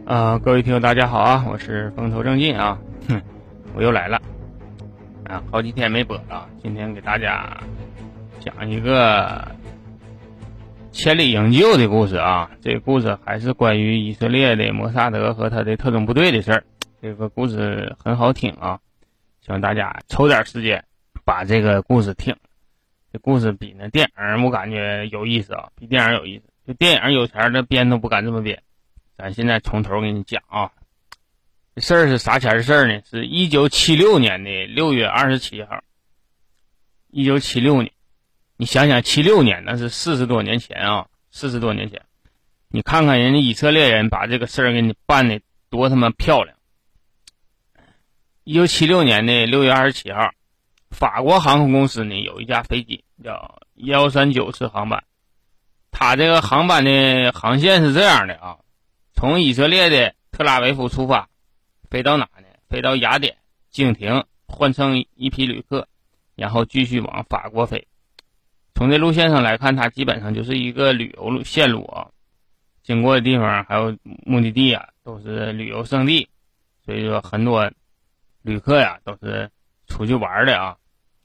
各位听友大家好啊，我是风头正劲啊，我又来了啊，好几天没播了，今天给大家讲一个千里营救的故事啊。这个故事还是关于以色列的摩萨德和他的特种部队的事儿。这个故事很好听啊，希望大家抽点时间把这个故事听。这故事比那电影我感觉有意思啊，比电影有意思。就电影有钱的编都不敢这么编，咱现在从头给你讲啊。这事儿是啥前的事儿呢？是1976年的6月27号。1976年，你想想76年那是40多年前啊，40多年前。你看看人家以色列人把这个事儿给你办的多他妈漂亮。1976年的6月27号，法国航空公司呢有一架飞机叫139次航班。它这个航班的航线是这样的啊，从以色列的特拉维夫出发，飞到哪呢？飞到雅典经停，换乘一批旅客，然后继续往法国飞。从这路线上来看，它基本上就是一个旅游线路啊，经过的地方还有目的地啊，都是旅游胜地，所以说很多旅客呀都是出去玩的啊。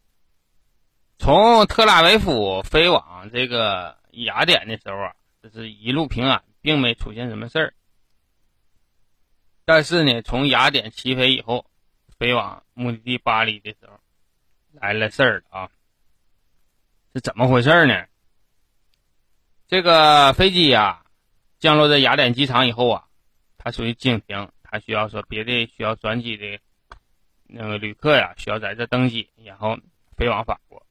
从特拉维夫飞往这个雅典的时候啊，这是一路平安，并没出现什么事儿。但是呢，从雅典起飞以后，飞往目的地巴黎的时候，来了事儿了啊！是怎么回事呢？这个飞机啊，降落在雅典机场以后啊，它属于经停，它需要说别的需要转机的那个旅客呀，需要在这登机，然后飞往法国。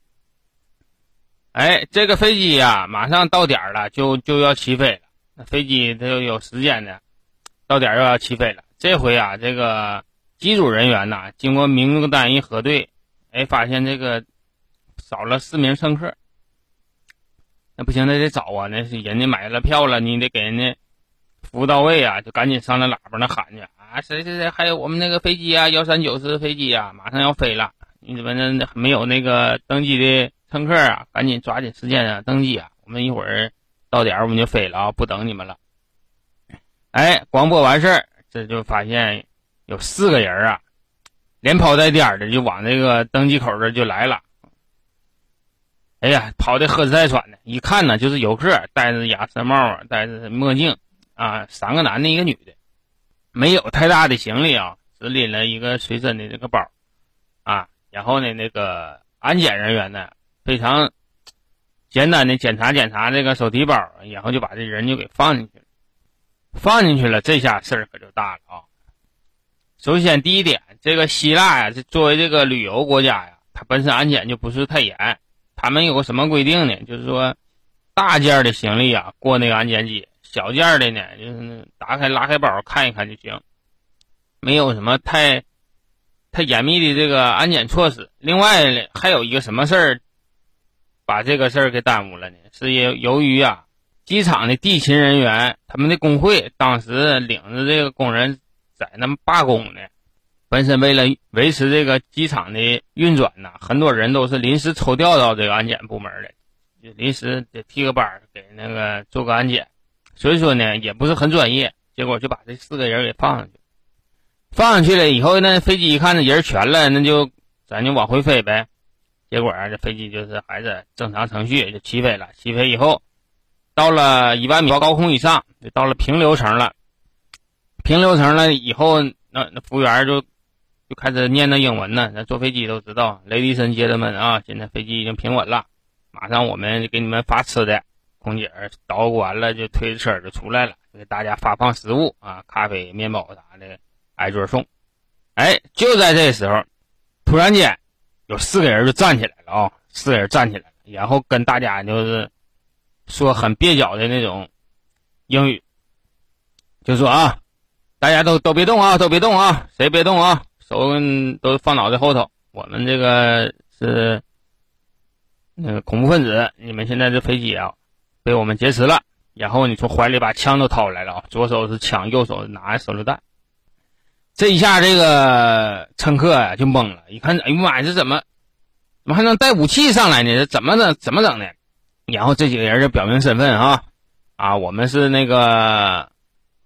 哎，这个飞机呀，马上到点了，就要起飞了。那飞机它就有时间的，到点又要起飞了。这回啊，这个机组人员呐，经过名单一核对，哎，发现这个少了4名乘客。那不行，那得找啊，那是人家买了票了，你得给人家服务到位啊，就赶紧上那喇叭那喊去啊，谁，还有我们那个飞机啊，139次飞机啊，马上要飞了，你怎么那没有那个登机的乘客啊，赶紧抓紧时间啊登记啊，我们一会儿到点我们就飞了啊，不等你们了。哎，广播完事儿，这就发现有4个人啊，连跑带颠的就往这个登机口这就来了。哎呀，跑的喝哧带喘的，一看呢就是游客，戴着鸭舌帽啊，戴着墨镜啊，3个男的1个女的，没有太大的行李啊，只拎了一个随身的这个包啊。然后呢，那个安检人员呢非常简单的检查这个手提包，然后就把这人就给放进去了。这下事儿可就大了啊！首先第一点，这个希腊呀，这作为这个旅游国家呀，它本身安检就不是太严。他们有个什么规定呢？就是说大件的行李啊过那个安检机，小件的呢就是拉开包看一看就行，没有什么太严密的这个安检措施。另外呢，还有一个什么事儿把这个事儿给耽误了呢？是由于啊机场的地勤人员他们的工会当时领着这个工人在那么罢工呢。本身为了维持这个机场的运转呢，很多人都是临时抽调到这个安检部门的，就临时得替个班给那个做个安检，所以说呢也不是很专业，结果就把这4个人给放上去了以后呢，飞机一看那人全了，那就咱就往回飞呗。结果啊，这飞机就是还是正常程序就起飞了。起飞以后到了1万米高空以上，就到了平流层了。平流层了以后，那服务员就开始念那英文呢，那坐飞机都知道 ，Ladies and gentlemen 啊，现在飞机已经平稳了，马上我们给你们发吃的，空姐捣鼓完了就推着车就出来了，给大家发放食物啊，咖啡、面包啥的，挨桌送。哎，就在这时候，突然间有4个人就站起来了啊，4个人站起来了，然后跟大家就是说很蹩脚的那种英语，就说啊，大家都别动啊，都别动啊，谁别动啊，手都放脑袋后头，我们这个是那个恐怖分子，你们现在这飞机啊被我们劫持了。然后你从怀里把枪都掏来了啊，左手是枪，右手拿手榴弹。这一下这个乘客呀就懵了，一看，哎呀妈呀，这怎么还能带武器上来呢？这怎么整的？然后这几个人就表明身份啊，我们是那个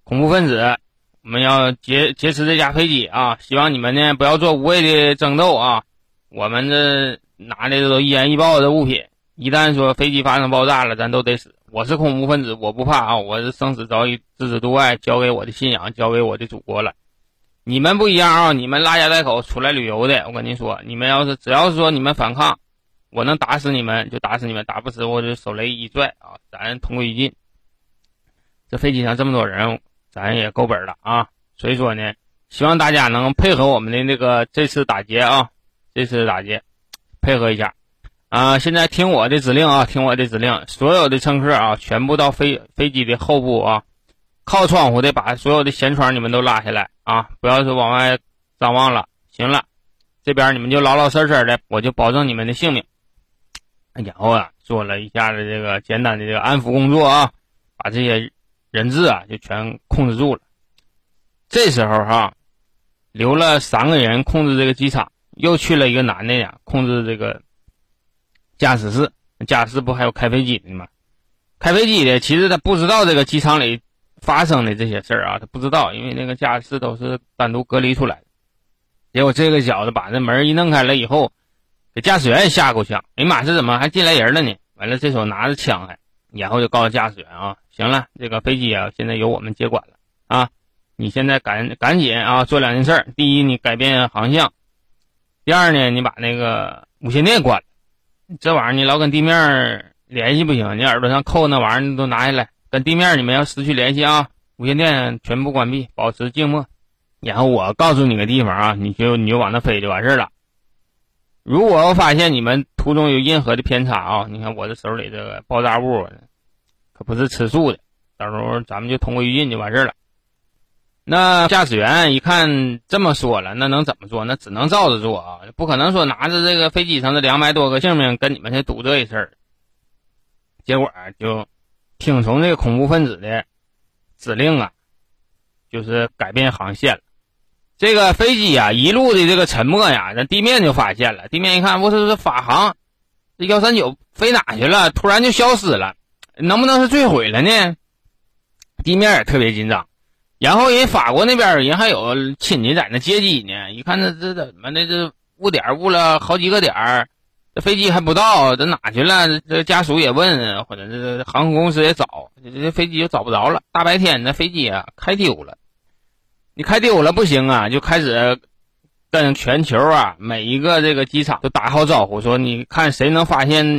恐怖分子，我们要劫持这架飞机啊！希望你们呢不要做无谓的争斗啊！我们这拿的都一言一爆的物品，一旦说飞机发生爆炸了，咱都得死。我是恐怖分子，我不怕啊！我是生死早已置之度外，交给我的信仰，交给我的祖国了。你们不一样啊！你们拉家带口出来旅游的，我跟你说，你们只要是说你们反抗，我能打死你们就打死你们，打不死我就手雷一拽啊，咱同归于尽。这飞机上这么多人，咱也够本了啊！所以说呢，希望大家能配合我们的那个这次打劫啊，这次打劫配合一下啊！现在听我的指令啊，听我的指令，所有的乘客啊，全部到飞机的后部啊，靠窗户的把所有的舷窗你们都拉下来啊，不要说往外张望了。行了，这边你们就老老实实的，我就保证你们的性命。然后啊，做了一下的这个简单的这个安抚工作啊，把这些人质啊就全控制住了。这时候留了3个人控制这个机场，又去了一个男的呀，控制这个驾驶室。驾驶室不还有开飞机的吗？开飞机的其实他不知道这个机场里发生的这些事儿啊，他不知道，因为那个驾驶室都是单独隔离出来的。结果这个小子把这门一弄开了以后，给驾驶员吓够呛，哎妈，这怎么还进来人了呢？完了这手拿着枪还，然后就告诉驾驶员啊，行了，这个飞机啊现在由我们接管了啊，你现在赶紧啊做2件事儿，第一你改变航向，第二呢你把那个无线电关了，这玩意儿你老跟地面联系不行，你耳朵上扣那玩意儿都拿下来，跟地面你们要失去联系啊，无线电全部关闭，保持静默。然后我告诉你个地方啊，你就往那飞就完事了。如果我发现你们途中有任何的偏差啊，你看我这手里这个爆炸物可不是吃素的，到时候咱们就同归于尽就完事了。那驾驶员一看这么说了，那能怎么做？那只能照着做啊，不可能说拿着这个飞机上的200多个性命跟你们去赌这一事儿。结果就听从这个恐怖分子的指令啊，就是改变航线了。这个飞机啊一路的这个沉没呀，那地面就发现了，地面一看，我说这法航这139飞哪去了？突然就消失了，能不能是坠毁了呢？地面也特别紧张。然后人法国那边人还有亲戚在那接机呢，一看这怎么的，这误点误了好几个点儿，这飞机还不到，这哪去了？这家属也问，或者这航空公司也找，这飞机就找不着了。大白天那飞机啊开丢了，你开丢了不行啊，就开始跟全球啊每一个这个机场都打好招呼，说你看谁能发现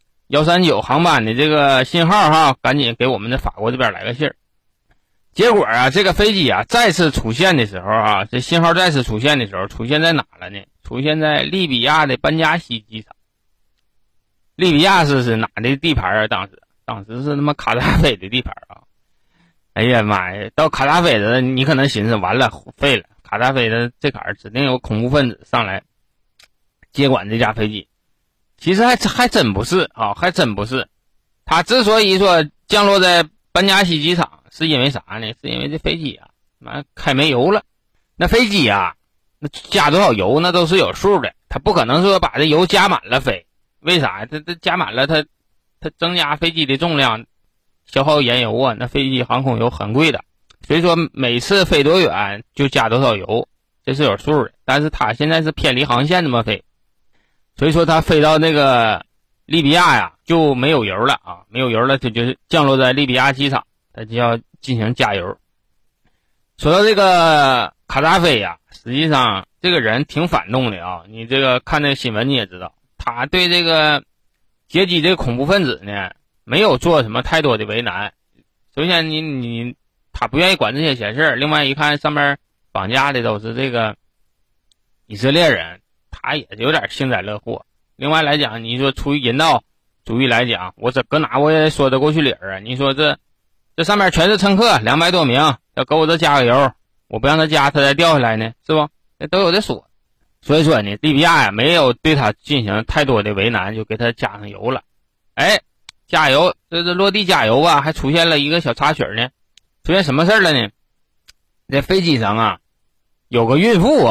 139航班的这个信号赶紧给我们的法国这边来个信儿。结果啊，这个飞机啊再次出现的时候啊，这信号再次出现的时候，出现在哪了呢？出现在利比亚的班加西机场。利比亚是哪的地盘啊？当时是他妈卡扎菲的地盘啊！哎呀妈呀，到卡扎菲的你可能寻思完了废了，卡扎菲的这坎儿指定有恐怖分子上来接管这架飞机。其实还真不是啊，还真不是。他之所以说降落在班加西机场，是因为啥呢？是因为这飞机啊，妈开没油了。那飞机啊，那加多少油那都是有数的，他不可能说把这油加满了飞。为啥？它加满了，它增加飞机的重量，消耗燃油啊。那飞机航空油很贵的，所以说每次飞多远就加多少油，这是有数的。但是它现在是偏离航线这么飞，所以说它飞到那个利比亚呀就没有油了啊，没有油了，它就是降落在利比亚机场，它就要进行加油。说到这个卡扎菲呀，实际上这个人挺反动的啊，你这个看那个新闻你也知道。他对这个劫机这个恐怖分子呢，没有做什么太多的为难。首先他不愿意管这些闲事儿，另外一看上面绑架的都是这个以色列人，他也有点幸灾乐祸。另外来讲，你说出于人道主义来讲，我这搁哪我也说得过去理儿啊。你说这上面全是乘客200多名，要给我这加个油，我不让他加他再掉下来呢，是不？这都有的说。所以说呢，利比亚呀没有对他进行太多的为难，就给他加上油了。哎，加油，这落地加油啊，还出现了一个小插曲呢。出现什么事了呢？在飞机上啊，有个孕妇，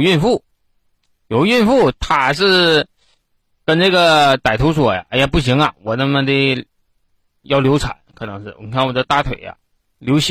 她是跟这个歹徒说呀，哎呀不行啊，我他妈的要流产，可能是你看我这大腿呀流血了，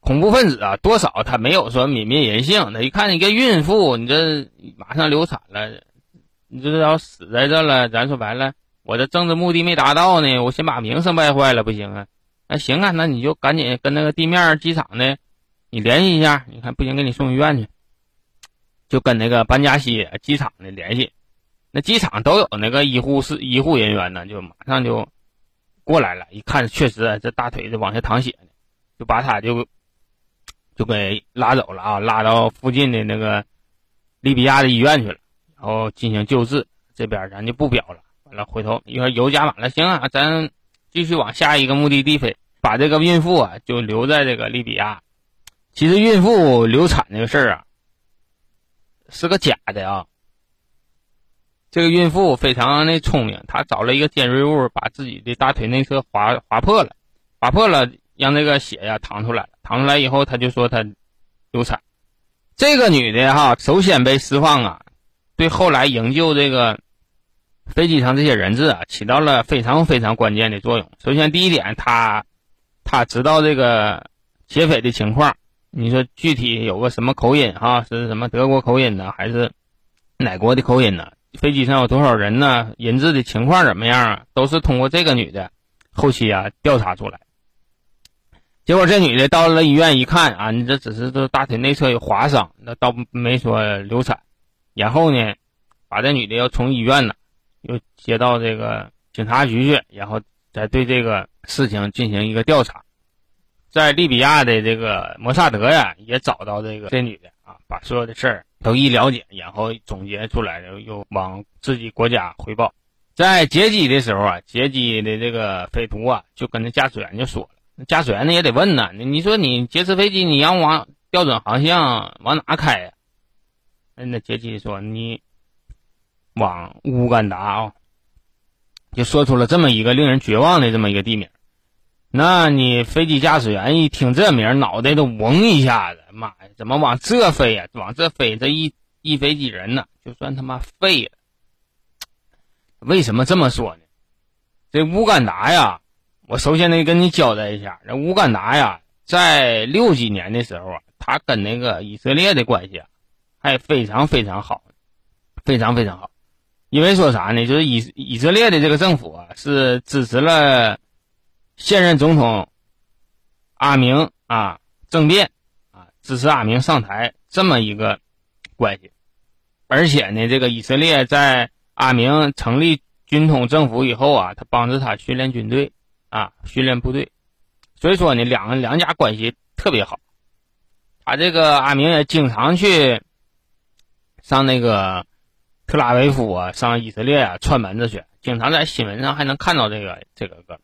恐怖分子啊，多少他没有说泯灭人性，他一看你个孕妇，你这马上流产了，你这要死在这了，咱说白了，我的政治目的没达到呢，我先把名声败坏了，不行啊。那行啊，那你就赶紧跟那个地面机场的你联系一下，你看不行给你送医院去，就跟那个班加西机场的联系。那机场都有那个医护人员呢，就马上就过来了，一看确实这大腿就往下淌血呢，就把他就给拉走了啊，拉到附近的那个利比亚的医院去了，然后进行救治。这边咱就不表了，完了回头一会儿油加满了，行啊，咱继续往下一个目的地飞，把这个孕妇啊就留在这个利比亚。其实孕妇流产这个事儿啊是个假的啊。这个孕妇非常的聪明，她找了一个尖锐物，把自己的大腿内侧划破了，让这个血呀淌出来了。淌出来以后，她就说她流产。这个女的哈，首先被释放啊，对后来营救这个飞机上这些人质啊，起到了非常非常关键的作用。首先第一点，她知道这个劫匪的情况，你说具体有个什么口音哈，是什么德国口音呢，还是哪国的口音呢？飞机上有多少人呢？人质的情况怎么样啊？都是通过这个女的后期啊调查出来。结果这女的到了医院一看啊，你这只是这大腿内侧有划伤，那倒没说流产。然后呢，把这女的要从医院呢又接到这个警察局去，然后再对这个事情进行一个调查。在利比亚的这个摩萨德呀，也找到这女的啊，把所有的事儿都一了解，然后总结出来，又往自己国家汇报。在劫机的时候啊，劫机的这个匪徒啊，就跟那驾驶员就说了，驾驶员呢也得问呢，你说你劫持飞机，你让往调转航向往哪开呀？那劫机说你往乌干达啊，就说出了这么一个令人绝望的这么一个地名。那你飞机驾驶员一听这名，脑袋都嗡一下子，妈呀，怎么往这飞呀？往这飞，这一飞机人呢，就算他妈废了。为什么这么说呢？这乌干达呀，我首先得跟你交代一下，这乌干达呀，在60几年的时候啊，他跟那个以色列的关系啊，还非常非常好，非常非常好。因为说啥呢？就是以色列的这个政府啊，是支持了现任总统阿明啊政变啊，支持阿明上台这么一个关系。而且呢，这个以色列在阿明成立军统政府以后啊，他帮着他训练军队啊，训练部队。所以说呢，两家关系特别好。他这个阿明也经常去上那个特拉维夫啊，上以色列啊串门子去，经常在新闻上还能看到这个哥们。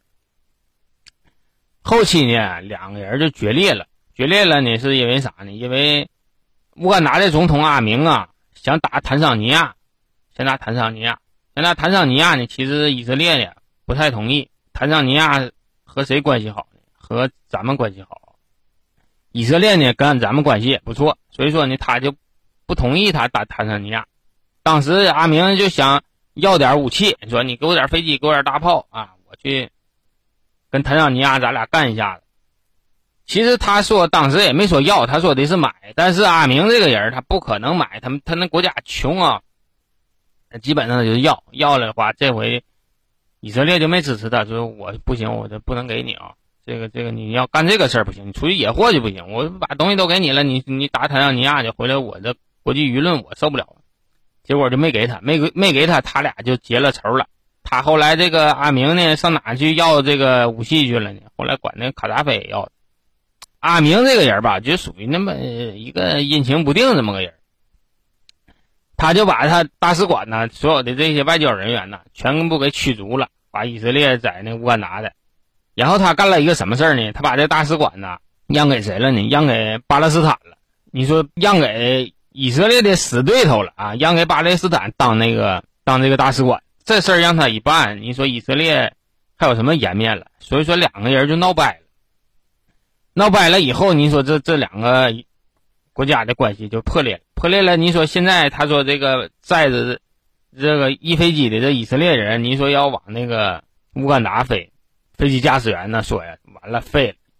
后期呢，两个人就决裂了。决裂了呢，是因为啥呢？因为乌干达的总统阿明啊，想打坦桑尼亚，想打坦桑尼亚呢，其实以色列呢不太同意。坦桑尼亚和谁关系好呢？和咱们关系好。以色列呢跟咱们关系也不错，所以说呢，他就不同意他打坦桑尼亚。当时阿明就想要点武器，说你给我点飞机，给我点大炮啊，我去跟坦桑尼亚咱俩干一下子。其实他说当时也没说要，他说的是买，但是阿明这个人他不可能买，他那国家穷啊，基本上就是要了的话，这回以色列就没支持他，说我不行，我这不能给你啊，这个你要干这个事儿不行，你出去野货就不行，我把东西都给你了，你打坦桑尼亚就回来，我这国际舆论我受不了了。结果就没给他，没给他，他俩就结了仇了。他后来这个阿明呢，上哪去要这个武器去了呢？后来管那个卡扎菲要的。阿明这个人吧，就属于那么一个阴晴不定这么个人。他就把他大使馆呢，所有的这些外交人员呢，全部给驱逐了，把以色列在那乌干达的。然后他干了一个什么事儿呢？他把这大使馆呢让给谁了呢？让给巴勒斯坦了。你说让给以色列的死对头了啊，让给巴勒斯坦当这个大使馆，这事儿让他一办，你说以色列还有什么颜面了？所以说两个人就闹掰了。闹掰了以后，你说这两个国家的关系就破裂了。你说现在他说这个载着这个一飞机的这以色列人，你说要往那个乌干达飞，飞机驾驶员呢说呀，完了废了，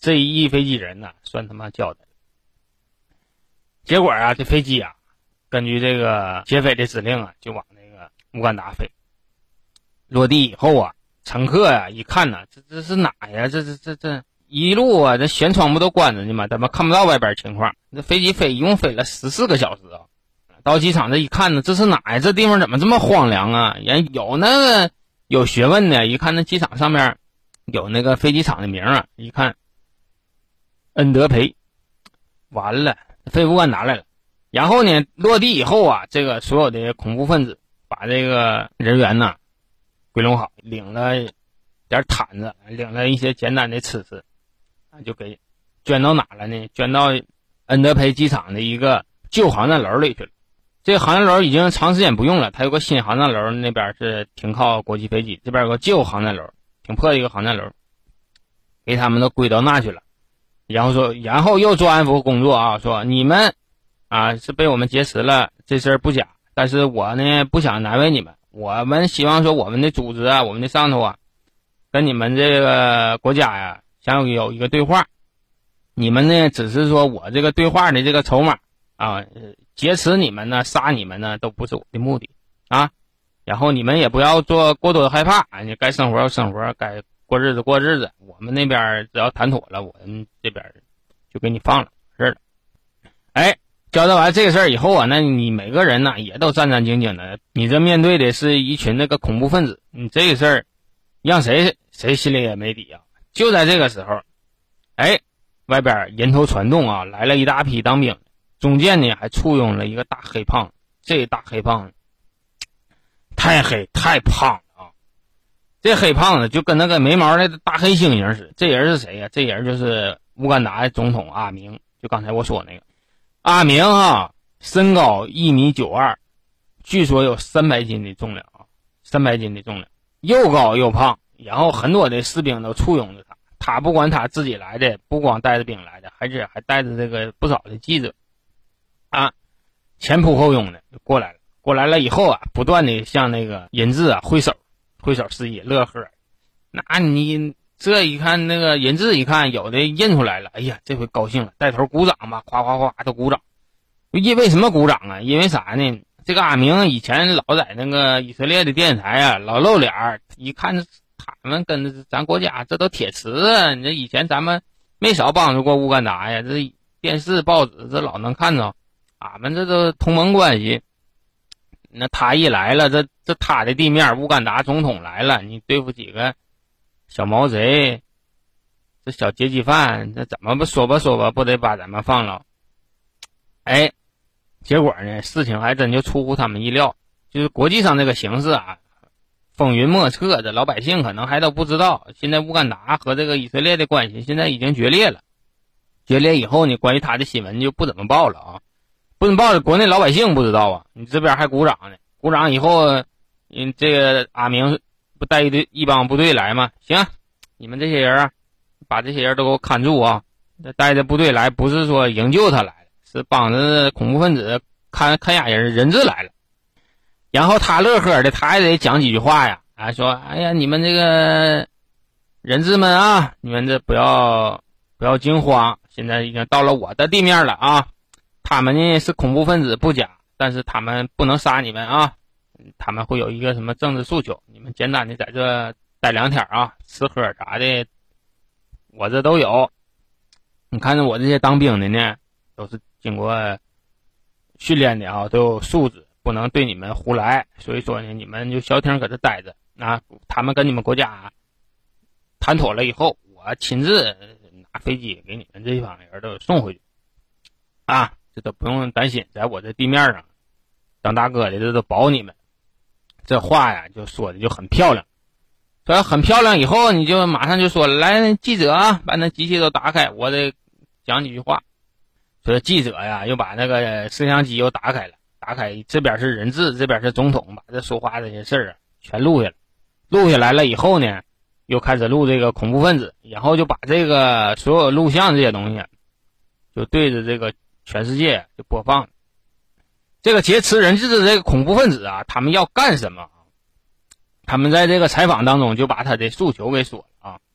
这一翼飞机人呢，算他妈交代了。结果啊，这飞机啊，根据这个劫匪的指令啊，就往那个乌干达飞。落地以后啊，乘客啊一看呢，这是哪呀？这一路啊，这舷窗不都关着呢吗？怎么看不到外边情况？这飞机一共飞了14个小时啊！到机场这一看呢，这是哪呀？这地方怎么这么荒凉啊？人有那个有学问的，一看那机场上面有那个飞机场的名啊，一看恩德培，完了，飞乌干达来了。然后呢，落地以后啊，这个所有的恐怖分子把这个人员呢归拢好，领了点毯子，领了一些简单的吃食，就给捐到哪了呢？捐到恩德培机场的一个旧航站楼里去了。这个航站楼已经长时间不用了，它有个新航站楼，那边是停靠国际飞机，这边有个旧航站楼，挺破的一个航站楼，给他们都归到那去了。然后又做安抚工作啊，说你们啊是被我们劫持了，这事儿不假，但是我呢不想难为你们，我们希望说我们的组织啊，我们的上头啊，跟你们这个国家呀想有一个对话，你们呢只是说我这个对话的这个筹码啊，劫持你们呢，杀你们呢都不是我的目的啊，然后你们也不要做过多的害怕，你该生活要生活，该过日子过日子，我们那边只要谈妥了，我们这边就给你放了事了。哎，交代完这个事儿以后啊，那你每个人呢也都战战兢兢的，你这面对的是一群那个恐怖分子，你这个事儿让谁心里也没底啊。就在这个时候，哎，外边人头攒动啊，来了一大批当兵，中间呢还簇拥了一个大黑胖，这大黑胖太黑太胖了啊！这黑胖子就跟那个没毛的大黑猩猩似的。这人是谁呀？这人就是乌干达的总统阿明，就刚才我说那个阿明啊，身高1.92米，据说有300斤的重量啊，300斤的重量，又高又胖。然后很多的士兵都簇拥着他，他不管他自己来的，不光带着兵来的，还带着这个不少的记者啊，前仆后拥的就过来了。过来了以后啊，不断的向那个人质啊挥手示意，乐呵。那你这一看，那个人质一看，有的认出来了，哎呀，这回高兴了，带头鼓掌吧，夸夸夸都鼓掌。为什么鼓掌啊？因为啥呢？这个阿明以前老在那个以色列的电视台啊老露脸，一看他们跟咱国家这都铁磁啊，你这以前咱们没少帮助过乌干达呀，这电视报纸这老能看着，俺们这都同盟关系。那他一来了，这他的地面乌干达总统来了，你对付几个小毛贼，这小劫机犯，这怎么不说吧不得把咱们放了？哎，结果呢，事情还真就出乎他们意料，就是国际上这个形势啊，风云莫测，这老百姓可能还都不知道，现在乌干达和这个以色列的关系现在已经决裂了。决裂以后呢，关于他的新闻就不怎么报了啊。不能报，国内老百姓不知道啊，你这边还鼓掌呢。鼓掌以后，这个阿明不带一帮部队来吗？行，你们这些人啊，把这些人都给我看住啊！带着部队来，不是说营救他来了，是帮着恐怖分子看押人质来了。然后他乐呵的，他还得讲几句话呀，说，哎呀，你们这个人质们啊，你们这不要惊慌，现在已经到了我的地面了啊。他们呢是恐怖分子不假，但是他们不能杀你们啊，他们会有一个什么政治诉求，你们简单的在这待2天啊，吃喝啥的我这都有。你看着我这些当兵的呢，都是经过训练的啊，都有素质，不能对你们胡来，所以说呢，你们就消停搁这待着啊。他们跟你们国家谈妥了以后，我亲自拿飞机给你们这一帮人都送回去啊。这都不用担心，在我这地面上当大哥的这都保你们。这话呀就说的就很漂亮，说很漂亮以后你就马上就说来，记者啊，把那机器都打开，我得讲几句话。所以记者呀又把那个摄像机又打开了，打开这边是人质，这边是总统，把这说话这些事儿啊全录下来。录下来了以后呢，又开始录这个恐怖分子，然后就把这个所有录像这些东西就对着这个全世界就播放。这个劫持人质的这个恐怖分子啊，他们要干什么？他们在这个采访当中就把他的诉求给说了啊。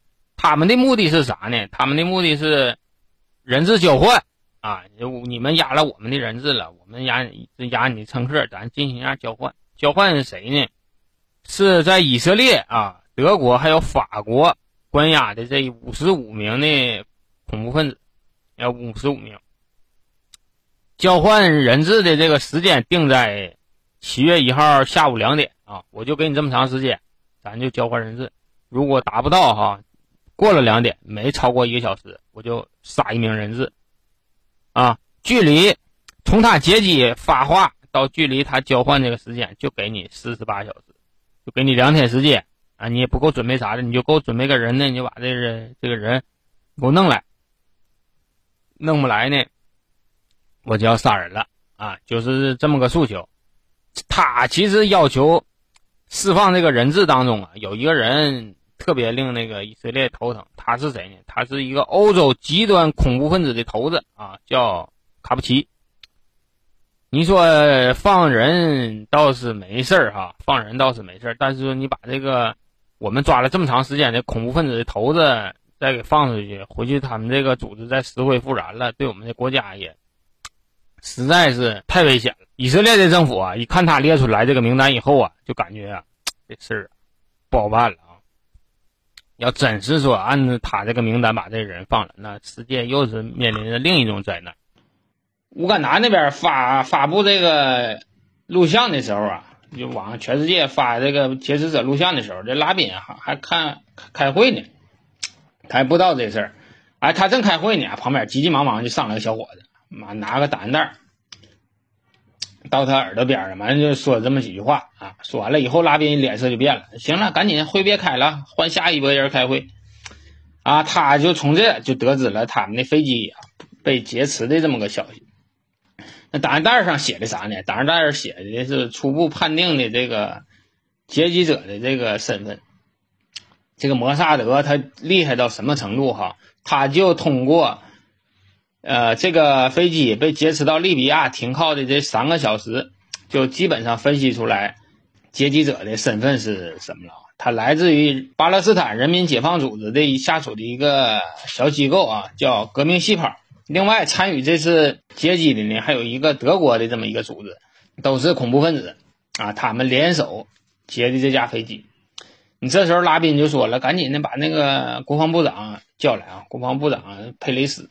他们的目的是啥呢？他们的目的是人质交换啊，你们压了我们的人质了，我们压你的乘客，咱进行一下交换。交换是谁呢？是在以色列啊、德国还有法国关押的这55名的恐怖分子，要55名。交换人质的这个时间定在7月1号下午2点啊，我就给你这么长时间，咱就交换人质。如果达不到哈，过了2点，没超过1个小时，我就杀1名人质啊。距离从他劫机发话到距离他交换这个时间，就给你48小时，就给你2天时间啊。你也不够准备啥的，你就够准备个人呢，你就把这个人给我弄来，弄不来呢，我就要杀人了啊，就是这么个诉求。他其实要求释放这个人质当中啊，有一个人特别令那个以色列头疼，他是谁呢？他是一个欧洲极端恐怖分子的头子啊，叫卡布奇。你说放人倒是没事儿哈，放人倒是没事儿，但是说你把这个我们抓了这么长时间的恐怖分子的头子再给放出去，回去他们这个组织再死灰复燃了，对我们的国家也实在是太危险了。以色列的政府啊，一看他列出来这个名单以后啊，就感觉啊这事儿不好办了啊。要真是说按照他这个名单把这人放了，那世界又是面临着另一种灾难。乌干达那边发布这个录像的时候啊，就往全世界发这个劫持者录像的时候，这拉宾还开会呢，他还不知道这事儿。哎，他正开会呢，旁边急急忙忙就上来个小伙子，拿个弹袋到他耳朵边上，完了就说这么几句话啊。说完了以后，拉宾脸色就变了。行了，赶紧会别开了，换下一波人开会啊。他就从这就得知了他们的飞机被劫持的这么个消息。那档案袋上写的啥呢？档案袋上写的是初步判定的这个劫机者的这个身份。这个摩萨德他厉害到什么程度哈？他就通过这个飞机被劫持到利比亚停靠的这3个小时，就基本上分析出来劫机者的身份是什么了。他来自于巴勒斯坦人民解放组织的下属的一个小机构啊，叫革命细胞。另外参与这次劫机的呢，还有一个德国的这么一个组织，都是恐怖分子啊，他们联手劫的这架飞机。你这时候拉宾就说了，赶紧的把那个国防部长叫来啊，国防部长佩雷斯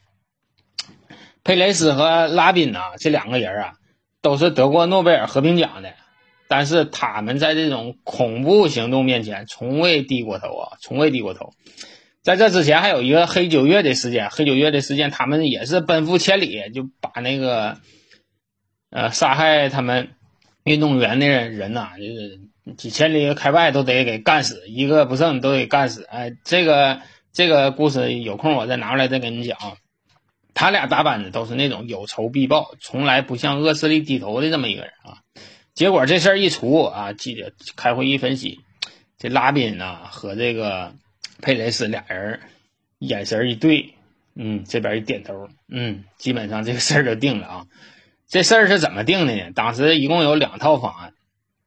和拉宾啊，这2个人啊，都是得过诺贝尔和平奖的，但是他们在这种恐怖行动面前从未低过头啊，从未低过头。在这之前还有一个黑9月的事件，他们也是奔赴千里，就把那个杀害他们运动员的人呐，就是几千里开外都得给干死，一个不剩都得干死。哎，这个故事有空我再拿出来再跟你讲。他俩搭班子都是那种有仇必报，从来不向恶势力低头的这么一个人啊。结果这事儿一出啊，记者开会一分析，这拉宾啊和这个佩雷斯俩人眼神一对，这边一点头，基本上这个事儿就定了啊。这事儿是怎么定的呢？当时一共有2套方案。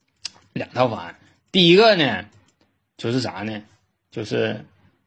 第一个呢，就是啥呢？就是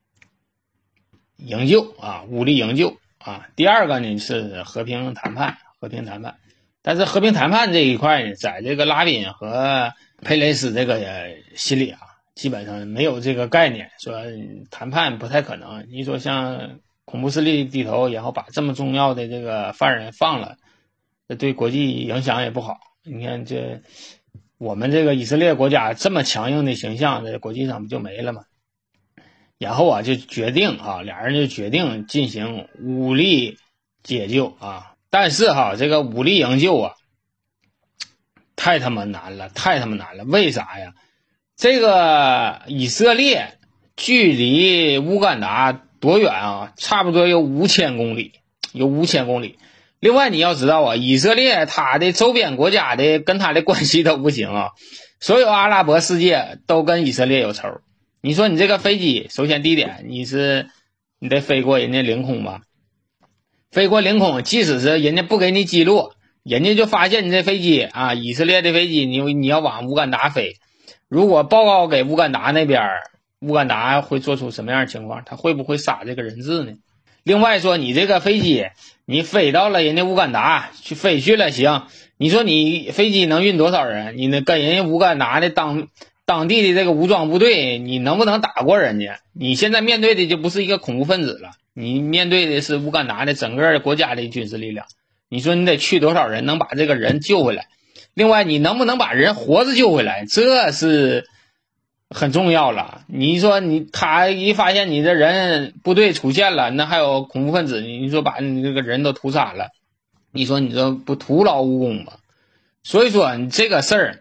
营救啊，武力营救啊。第二个呢是和平谈判。但是和平谈判这一块呢，在这个拉宾和佩雷斯这个心里啊，基本上没有这个概念，说谈判不太可能。你说像恐怖势力低头，然后把这么重要的这个犯人放了，这对国际影响也不好。你看这我们这个以色列国家这么强硬的形象，在国际上不就没了吗？然后啊，就决定啊，俩人就决定进行武力解救啊。但是哈，这个武力营救啊，太他妈难了。为啥呀？这个以色列距离乌干达多远啊？差不多有5000公里，另外你要知道啊，以色列它的周边国家的跟它的关系都不行啊，所有阿拉伯世界都跟以色列有仇。你说你这个飞机，首先第一点，你得飞过人家领空吧？飞过领空，即使是人家不给你记录，人家就发现你这飞机啊，以色列的飞机，你要往乌干达飞，如果报告给乌干达那边， 乌干达会做出什么样的情况？他会不会杀这个人质呢？另外说，你这个飞机你飞到了人家乌干达去飞去了，行，你说你飞机能运多少人？你那跟人家乌干达的当地的这个武装部队，你能不能打过人家？你现在面对的就不是一个恐怖分子了，你面对的是乌干达的整个国家的军事力量。你说你得去多少人能把这个人救回来？另外，你能不能把人活着救回来？这是很重要了。你说他一发现你的人部队出现了，那还有恐怖分子，你说把你这个人都屠杀了，你说你这不徒劳无功吗？所以说你这个事儿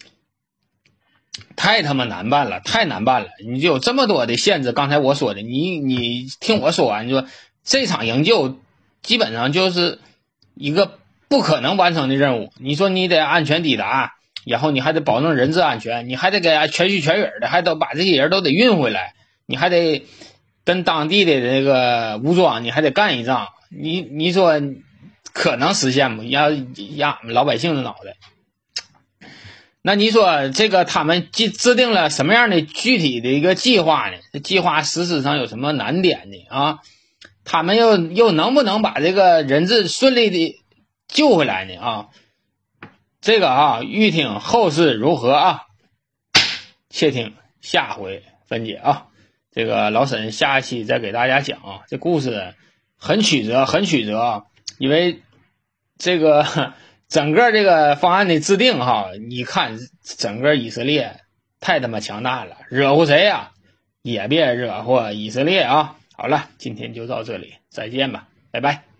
太他妈难办了，太难办了。你就有这么多的限制，刚才我说的，你听我说完，你说这场营救基本上就是一个不可能完成的任务。你说你得安全抵达，然后你还得保证人质安全，你还得给全虚全影的，还得把这些人都得运回来，你还得跟当地的这个武装，你还得干一仗。你说可能实现吗？压俺们老百姓的脑袋。那你说这个他们制定了什么样的具体的一个计划呢？这计划实施上有什么难点呢？啊，他们又能不能把这个人质顺利的救回来呢？啊，这个欲听后事如何啊？且听下回分解啊。这个老沈下一期再给大家讲啊，这故事很曲折，很曲折啊，因为这个整个这个方案的制定你看整个以色列太他妈强大了，惹乎谁呀？也别惹祸以色列啊！好了，今天就到这里，再见吧，拜拜。